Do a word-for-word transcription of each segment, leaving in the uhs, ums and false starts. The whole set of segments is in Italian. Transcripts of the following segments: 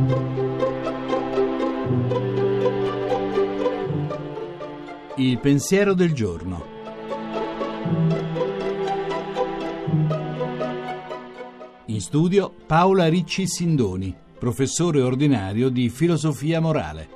Il pensiero del giorno. In studio Paola Ricci Sindoni, professore ordinario di filosofia morale.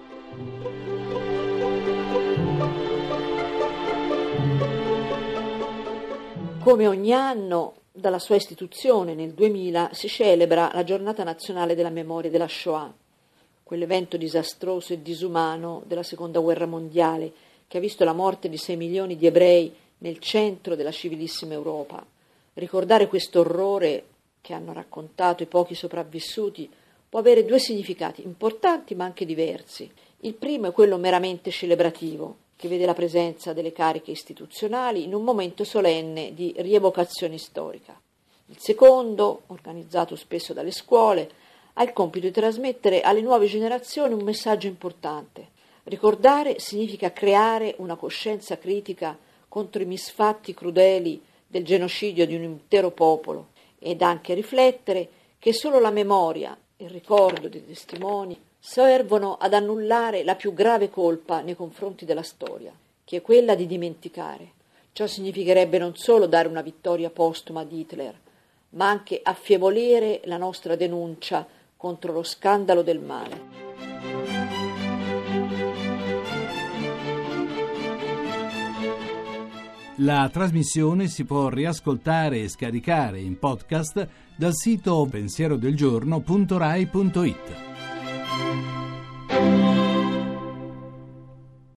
Come ogni anno, dalla sua istituzione nel duemila, si celebra la Giornata Nazionale della Memoria della Shoah, quell'evento disastroso e disumano della Seconda Guerra Mondiale che ha visto la morte di sei milioni di ebrei nel centro della civilissima Europa. Ricordare questo orrore che hanno raccontato i pochi sopravvissuti può avere due significati importanti ma anche diversi. Il primo è quello meramente celebrativo, che vede la presenza delle cariche istituzionali in un momento solenne di rievocazione storica. Il secondo, organizzato spesso dalle scuole, ha il compito di trasmettere alle nuove generazioni un messaggio importante. Ricordare significa creare una coscienza critica contro i misfatti crudeli del genocidio di un intero popolo ed anche riflettere che solo la memoria e il ricordo dei testimoni servono ad annullare la più grave colpa nei confronti della storia, che è quella di dimenticare. Ciò significherebbe non solo dare una vittoria postuma ad Hitler, ma anche affievolire la nostra denuncia contro lo scandalo del male. La trasmissione si può riascoltare e scaricare in podcast dal sito pensierodelgiorno punto rai punto it.